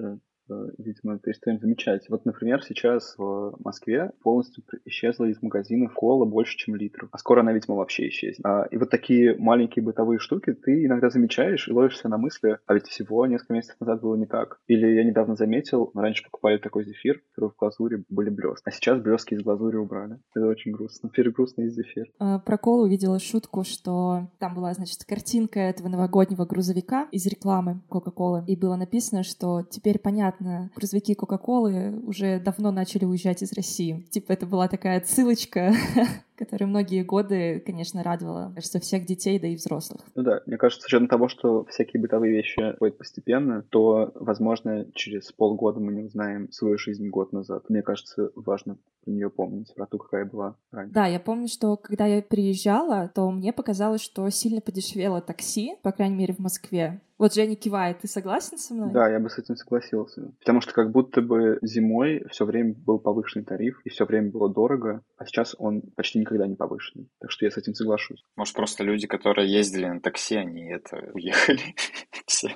видимо, перестаем замечать. Вот, например, сейчас в Москве полностью исчезла из магазинов кола больше, чем литров. А скоро она, видимо, вообще исчезнет. И вот такие маленькие бытовые штуки ты иногда замечаешь и ловишься на мысли, а ведь всего несколько месяцев назад было не так. Или я недавно заметил, мы раньше покупали такой зефир, в котором в глазури были блестки. А сейчас блестки из глазури убрали. Это очень грустно. Перегрустный зефир. Про колу увидела шутку, что там была, значит, картинка этого новогоднего грузовика из рекламы Кока-Колы. И было написано, что теперь понятно, грузовики Кока-Колы уже давно начали уезжать из России. Типа это была такая отсылочка, которая многие годы, конечно, радовала, кажется, всех детей, да и взрослых. Ну да, мне кажется, с учетом того, что всякие бытовые вещи ходят постепенно, то, возможно, через полгода мы не узнаем свою жизнь год назад. Мне кажется, важно про нее помнить, про ту, какая была раньше. Да, я помню, что когда я приезжала, то мне показалось, что сильно подешевело такси, по крайней мере, в Москве. Вот Женя кивает, ты согласен со мной? Да, я бы с этим согласился. Потому что как будто бы зимой все время был повышенный тариф, и все время было дорого, а сейчас он почти никогда не повышенный. Так что я с этим соглашусь. Может, просто люди, которые ездили на такси, они это уехали все.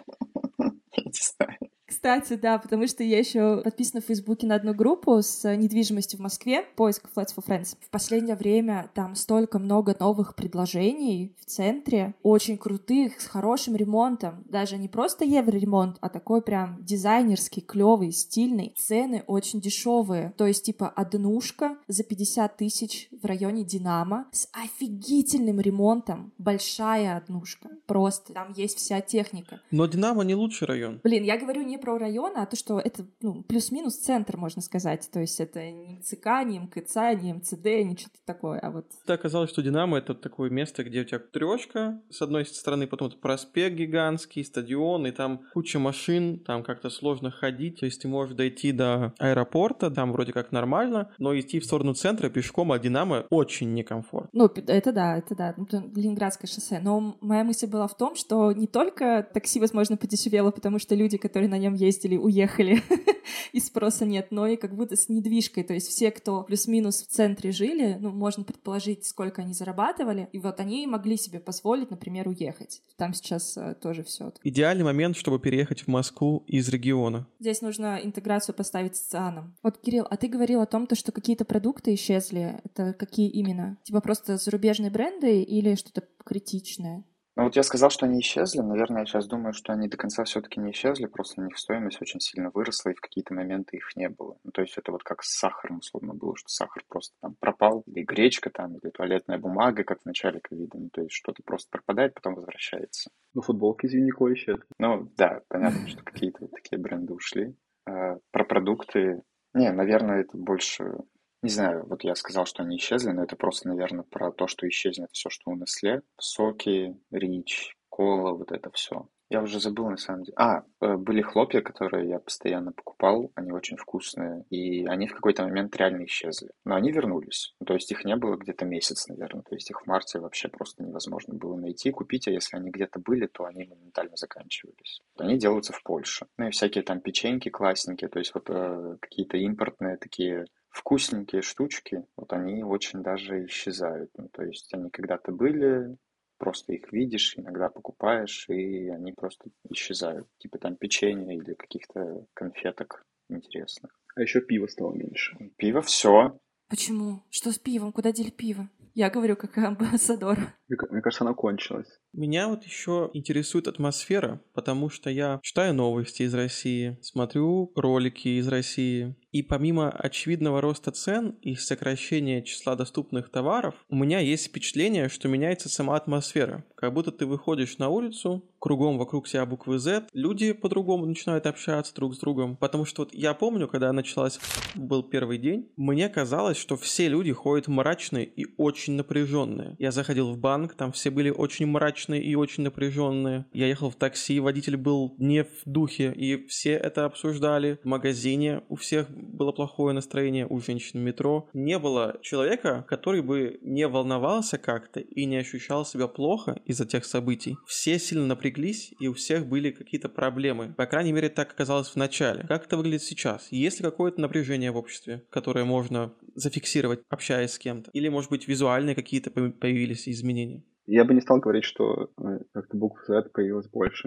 Я не знаю. Кстати, да, потому что я еще подписана в Фейсбуке на одну группу с недвижимостью в Москве, поиск Flats for Friends. В последнее время там столько много новых предложений в центре, очень крутых, с хорошим ремонтом. Даже не просто евроремонт, а такой прям дизайнерский, клевый, стильный. Цены очень дешевые. То есть типа однушка за пятьдесят тысяч в районе Динамо с офигительным ремонтом. Большая однушка. Просто там есть вся техника. Но Динамо не лучший район. Блин, я говорю не про район, а то, что это ну, плюс-минус центр, можно сказать. То есть это не ЦК, не МКЦ, не МЦД, не что-то такое, а вот... Это оказалось, что Динамо — это такое место, где у тебя трешка, с одной стороны, потом проспект гигантский, стадион, и там куча машин, там как-то сложно ходить. То есть ты можешь дойти до аэропорта, там вроде как нормально, но идти в сторону центра пешком от Динамо очень некомфортно. Ну, это да, это да, Ленинградское шоссе. Но моя мысль была в том, что не только такси, возможно, подешевело, потому что люди, которые на нем ездили, уехали, и спроса нет, но и как будто с недвижкой. То есть все, кто плюс-минус в центре жили, ну, можно предположить, сколько они зарабатывали, и вот они могли себе позволить, например, уехать. Там сейчас э, тоже все. Идеальный момент, чтобы переехать в Москву из региона. Здесь нужно интеграцию поставить с ЦИАНом. Вот, Кирилл, а ты говорил о том, то, что какие-то продукты исчезли. Это какие именно? Типа просто зарубежные бренды или что-то критичное? Ну вот я сказал, что они исчезли. Наверное, я сейчас думаю, что они до конца все-таки не исчезли, просто у них стоимость очень сильно выросла, и в какие-то моменты их не было. Ну, то есть это вот как с сахаром, условно, было, что сахар просто там пропал, или гречка там, или туалетная бумага, как в начале ковида. Ну, то есть что-то просто пропадает, потом возвращается. Ну, футболки из Юнико исчезли. Ну, да, понятно, что какие-то вот такие бренды ушли. А про продукты... Не, наверное, это больше... Не знаю, вот я сказал, что они исчезли, но это просто, наверное, про то, что исчезнет все, что у Nestlé. Соки, Рич, кола, вот это все. Я уже забыл, на самом деле. А, были хлопья, которые я постоянно покупал, они очень вкусные, и они в какой-то момент реально исчезли. Но они вернулись. То есть их не было где-то месяц, наверное. То есть их в марте вообще просто невозможно было найти, купить, а если они где-то были, то они моментально заканчивались. Они делаются в Польше. Ну и всякие там печеньки классненькие, то есть вот э, какие-то импортные такие... вкусненькие штучки, вот они очень даже исчезают. Ну, то есть они когда-то были, просто их видишь, иногда покупаешь, и они просто исчезают. Типа там печенье или каких-то конфеток интересных. А еще пиво стало меньше. Пиво все. Почему? Что с пивом? Куда дели пиво? Я говорю, как амбассадор. Мне кажется, оно кончилось. Меня вот еще интересует атмосфера, потому что я читаю новости из России, смотрю ролики из России, и помимо очевидного роста цен и сокращения числа доступных товаров, у меня есть впечатление, что меняется сама атмосфера. Как будто ты выходишь на улицу, кругом вокруг себя буквы Z, люди по-другому начинают общаться друг с другом. Потому что вот я помню, когда началась, был первый день, мне казалось, что все люди ходят мрачные и очень напряженные. Я заходил в банк, там все были очень мрачные и очень напряженные. Я ехал в такси, водитель был не в духе, и все это обсуждали. В магазине у всех было плохое настроение, у женщин в метро. Не было человека, который бы не волновался как-то и не ощущал себя плохо из-за тех событий. Все сильно напряглись, и у всех были какие-то проблемы. По крайней мере, так оказалось в начале. Как это выглядит сейчас? Есть ли какое-то напряжение в обществе, которое можно зафиксировать, общаясь с кем-то? Или, может быть, визуальные какие-то появились изменения? Я бы не стал говорить, что как-то букв Z появилось больше.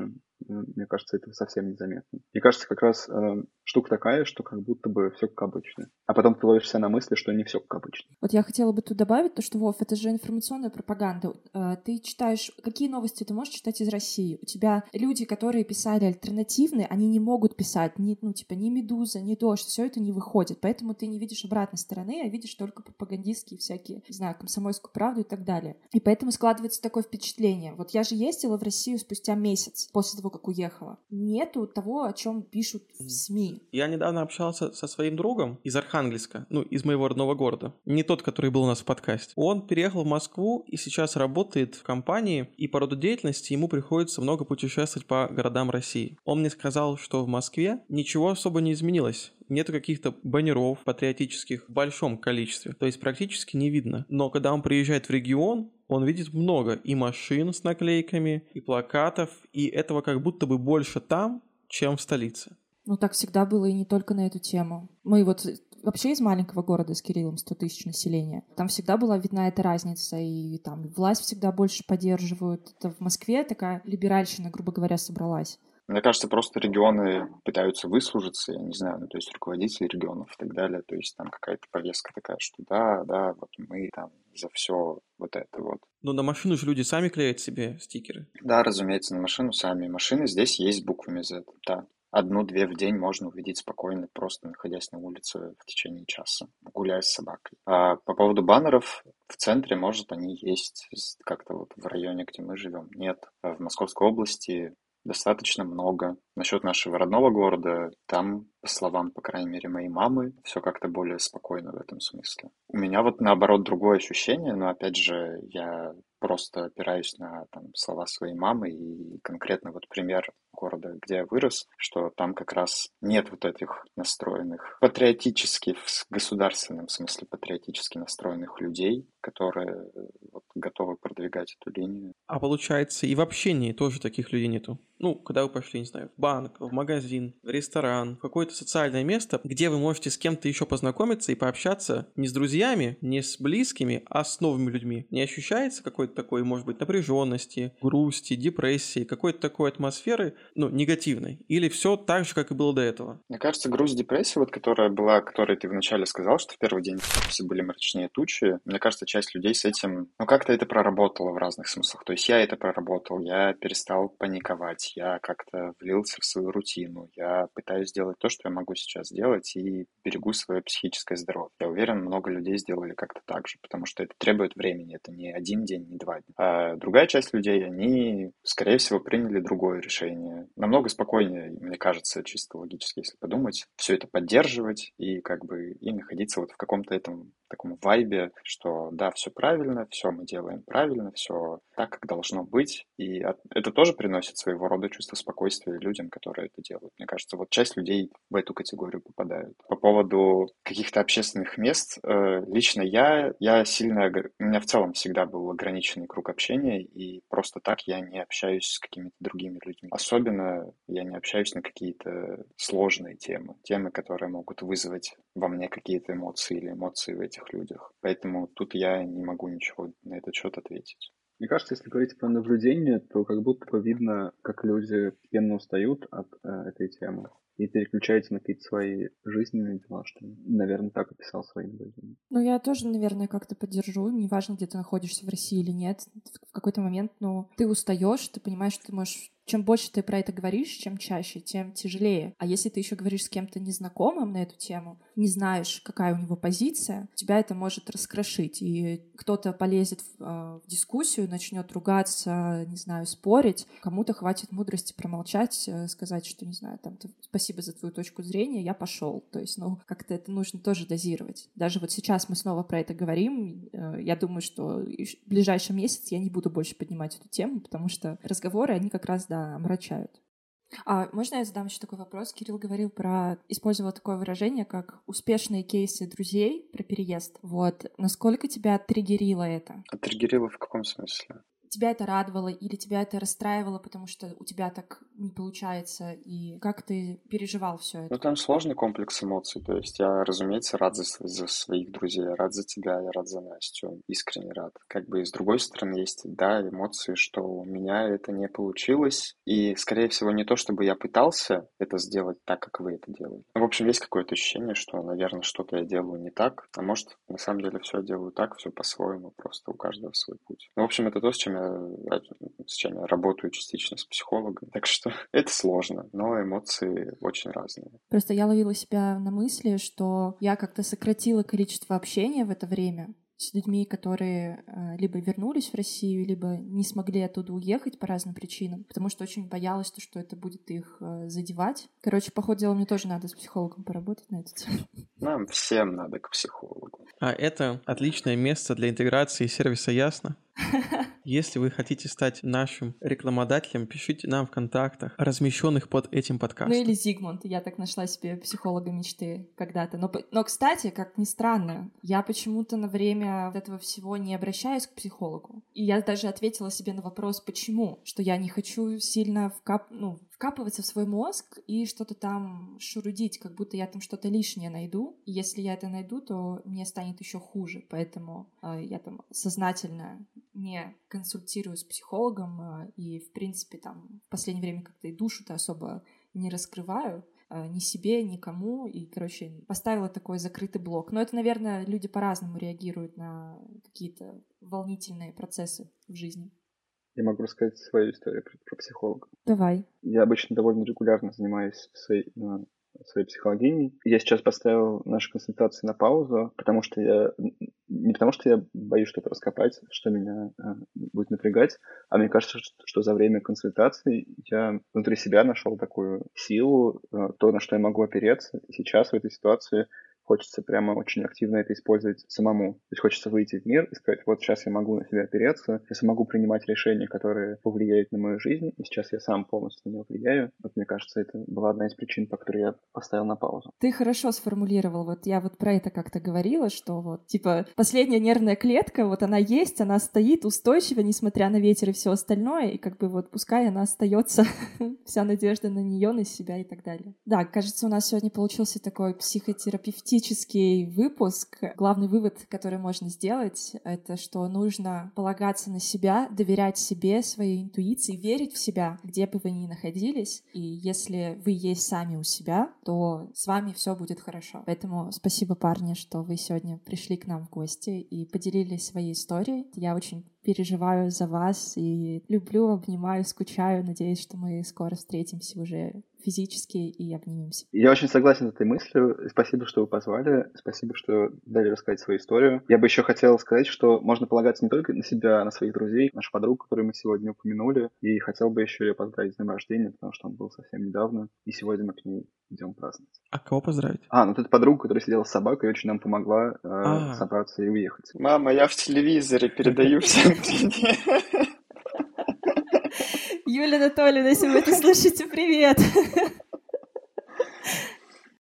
мне кажется, это совсем незаметно. Мне кажется, как раз э, штука такая, что как будто бы все как обычно. А потом ты ловишься на мысли, что не все как обычно. Вот я хотела бы тут добавить то, что, Вов, это же информационная пропаганда. Ты читаешь... Какие новости ты можешь читать из России? У тебя люди, которые писали альтернативные, они не могут писать ни, ну, типа, ни «Медуза», ни «Дождь», все это не выходит. Поэтому ты не видишь обратной стороны, а видишь только пропагандистские всякие, не знаю, «Комсомольскую правду» и так далее. И поэтому складывается такое впечатление. Вот я же ездила в Россию спустя месяц после того, как уехала. Нету того, о чем пишут в СМИ. Я недавно общался со своим другом из Архангельска, ну, из моего родного города. Не тот, который был у нас в подкасте. Он переехал в Москву и сейчас работает в компании, и по роду деятельности ему приходится много путешествовать по городам России. Он мне сказал, что в Москве ничего особо не изменилось. Нету каких-то баннеров патриотических в большом количестве. То есть практически не видно. Но когда он приезжает в регион, он видит много и машин с наклейками, и плакатов, и этого как будто бы больше там, чем в столице. Ну, так всегда было и не только на эту тему. Мы вот вообще из маленького города с Кириллом, сто тысяч населения. Там всегда была видна эта разница, и там власть всегда больше поддерживают. Это в Москве такая либеральщина, грубо говоря, собралась. Мне кажется, просто регионы пытаются выслужиться, я не знаю, ну, то есть руководители регионов и так далее, то есть там какая-то повестка такая, что да, да, вот мы там за все вот это вот. Но на машину же люди сами клеят себе стикеры. Да, разумеется, на машину сами. Машины здесь есть с буквами Z, да. Одну-две в день можно увидеть спокойно, просто находясь на улице в течение часа, гуляя с собакой. А по поводу баннеров, в центре, может, они есть как-то вот в районе, где мы живем. Нет, в Московской области достаточно много. Насчет нашего родного города, там, по словам, по крайней мере, моей мамы, все как-то более спокойно в этом смысле. У меня вот, наоборот, другое ощущение, но, опять же, я просто опираюсь на там, слова своей мамы и конкретно вот пример города, где я вырос, что там как раз нет вот этих настроенных, патриотически, в государственном смысле патриотически настроенных людей, которые вот, готовы продвигать эту линию. А получается, и в общении тоже таких людей нету. Ну, когда вы пошли, не знаю, в банк, в магазин, в ресторан, в какое-то социальное место, где вы можете с кем-то еще познакомиться и пообщаться не с друзьями, не с близкими, а с новыми людьми. Не ощущается какой-то такой, может быть, напряженности, грусти, депрессии, какой-то такой атмосферы, ну, негативной? Или все так же, как и было до этого? Мне кажется, грусть, депрессия, вот, которая была, которой ты вначале сказал, что в первый день все были мрачнее тучи, мне кажется, часть людей с этим, ну, как-то это проработало в разных смыслах. То есть я это проработал, я перестал паниковать, я как-то влился в свою рутину, я пытаюсь сделать то, что я могу сейчас сделать, и берегу свое психическое здоровье. Я уверен, много людей сделали как-то так же, потому что это требует времени, это не один день, не два дня. А другая часть людей, они, скорее всего, приняли другое решение. Намного спокойнее, мне кажется, чисто логически, если подумать, все это поддерживать и как бы и находиться вот в каком-то этом таком вайбе, что да, все правильно, все мы делаем правильно, все так, как должно быть. И это тоже приносит своего рода чувство спокойствия людям, которые это делают. Мне кажется, вот часть людей в эту категорию попадают. По поводу каких-то общественных мест, лично я, я сильно, у меня в целом всегда был ограниченный круг общения, и просто так я не общаюсь с какими-то другими людьми. Особенно я не общаюсь на какие-то сложные темы, темы, которые могут вызвать во мне какие-то эмоции или эмоции в этих людях. Поэтому тут я не могу ничего на этот счет ответить. Мне кажется, если говорить про наблюдение, то как будто бы видно, как люди постепенно устают от э, этой темы и переключаются на какие-то свои жизненные дела, что ли. Наверное, так описал свои наблюдения. Ну, я тоже, наверное, как-то поддержу. Неважно, где ты находишься в России или нет. В какой-то момент, ну, ты устаешь, ты понимаешь, что ты можешь... Чем больше ты про это говоришь, чем чаще, тем тяжелее. А если ты еще говоришь с кем-то незнакомым на эту тему, не знаешь, какая у него позиция, тебя это может раскрошить. И кто-то полезет в, э, в дискуссию, начнет ругаться, не знаю, спорить. Кому-то хватит мудрости промолчать, э, сказать, что, не знаю, там, спасибо за твою точку зрения, я пошел. То есть, ну, как-то это нужно тоже дозировать. Даже вот сейчас мы снова про это говорим. Э, я думаю, что в ближайший месяц я не буду больше поднимать эту тему, потому что разговоры, они как раз да, омрачают. А можно я задам еще такой вопрос? Кирилл говорил про... Использовал такое выражение, как успешные кейсы друзей про переезд. Вот. Насколько тебя триггерило это? А триггерило в каком смысле? тебя это радовало или тебя это расстраивало, потому что у тебя так не получается, и как ты переживал все это? Ну, там сложный комплекс эмоций, то есть я, разумеется, рад за, за своих друзей, я рад за тебя, я рад за Настю, искренне рад. Как бы и с другой стороны есть, да, эмоции, что у меня это не получилось, и, скорее всего, не то, чтобы я пытался это сделать так, как вы это делали. Ну, в общем, есть какое-то ощущение, что, наверное, что-то я делаю не так, а может, на самом деле, все делаю так, все по-своему, просто у каждого свой путь. Ну, в общем, это то, с чем я, с чем я работаю частично с психологом, так что это сложно, но эмоции очень разные. Просто я ловила себя на мысли, что я как-то сократила количество общения в это время с людьми, которые э, либо вернулись в Россию, либо не смогли оттуда уехать по разным причинам, потому что очень боялась, что это будет их э, задевать. Короче, по ходу дела, мне тоже надо с психологом поработать на эту тему. Нам всем надо к психологу. А это отличное место для интеграции сервиса Ясно. Если вы хотите стать нашим рекламодателем, пишите нам в контактах, размещенных под этим подкастом. Ну или Зигмунд. Я так нашла себе психолога мечты когда-то. Но, но, кстати, как ни странно, я почему-то на время этого всего не обращаюсь к психологу. И я даже ответила себе на вопрос, почему. Что я не хочу сильно вкап... ну, вкапываться в свой мозг и что-то там шурудить, как будто я там что-то лишнее найду. И если я это найду, то мне станет еще хуже. Поэтому э, я там сознательно не консультирую с психологом э, и, в принципе, там в последнее время как-то и душу-то особо не раскрываю э, ни себе, никому. И, короче, поставила такой закрытый блок. Но это, наверное, люди по-разному реагируют на какие-то волнительные процессы в жизни. Я могу рассказать свою историю про, про психолога. Давай. Я обычно довольно регулярно занимаюсь своей, ну, своей психологиней. Я сейчас поставил наши консультации на паузу, потому что я... Не потому что я боюсь что-то раскопать, что меня э, будет напрягать, а мне кажется, что, что за время консультаций я внутри себя нашел такую силу, э, то, на что я могу опереться. И сейчас в этой ситуации хочется прямо очень активно это использовать самому. То есть хочется выйти в мир и сказать, вот сейчас я могу на себя опереться, сейчас я могу принимать решения, которые повлияют на мою жизнь, и сейчас я сам полностью на него влияю. Вот мне кажется, это была одна из причин, по которой я поставил на паузу. Ты хорошо сформулировал. Вот я вот про это как-то говорила, что вот, типа, последняя нервная клетка, вот она есть, она стоит устойчиво, несмотря на ветер и все остальное, и как бы вот пускай она остается, вся надежда на нее, на себя и так далее. Да, кажется, у нас сегодня получился такой психотерапевтический выпуск. Главный вывод, который можно сделать, это что нужно полагаться на себя, доверять себе, своей интуиции, верить в себя, где бы вы ни находились. И если вы есть сами у себя, то с вами все будет хорошо. Поэтому спасибо, парни, что вы сегодня пришли к нам в гости и поделились своей историей. Я очень переживаю за вас и люблю, обнимаю, скучаю. Надеюсь, что мы скоро встретимся уже физически и обнимемся. Я очень согласен с этой мыслью. Спасибо, что вы позвали. Спасибо, что дали рассказать свою историю. Я бы еще хотел сказать, что можно полагаться не только на себя, а на своих друзей, нашу подругу, которую мы сегодня упомянули. И хотел бы еще ее поздравить с днем рождения, потому что он был совсем недавно. И сегодня мы к ней идем праздновать. А кого поздравить? А, ну тут подруга, которая сидела с собакой, очень нам помогла э, собраться и уехать. Мама, я в телевизоре передаю всем привет. Юлия Анатольевна, если вы это слышите, привет!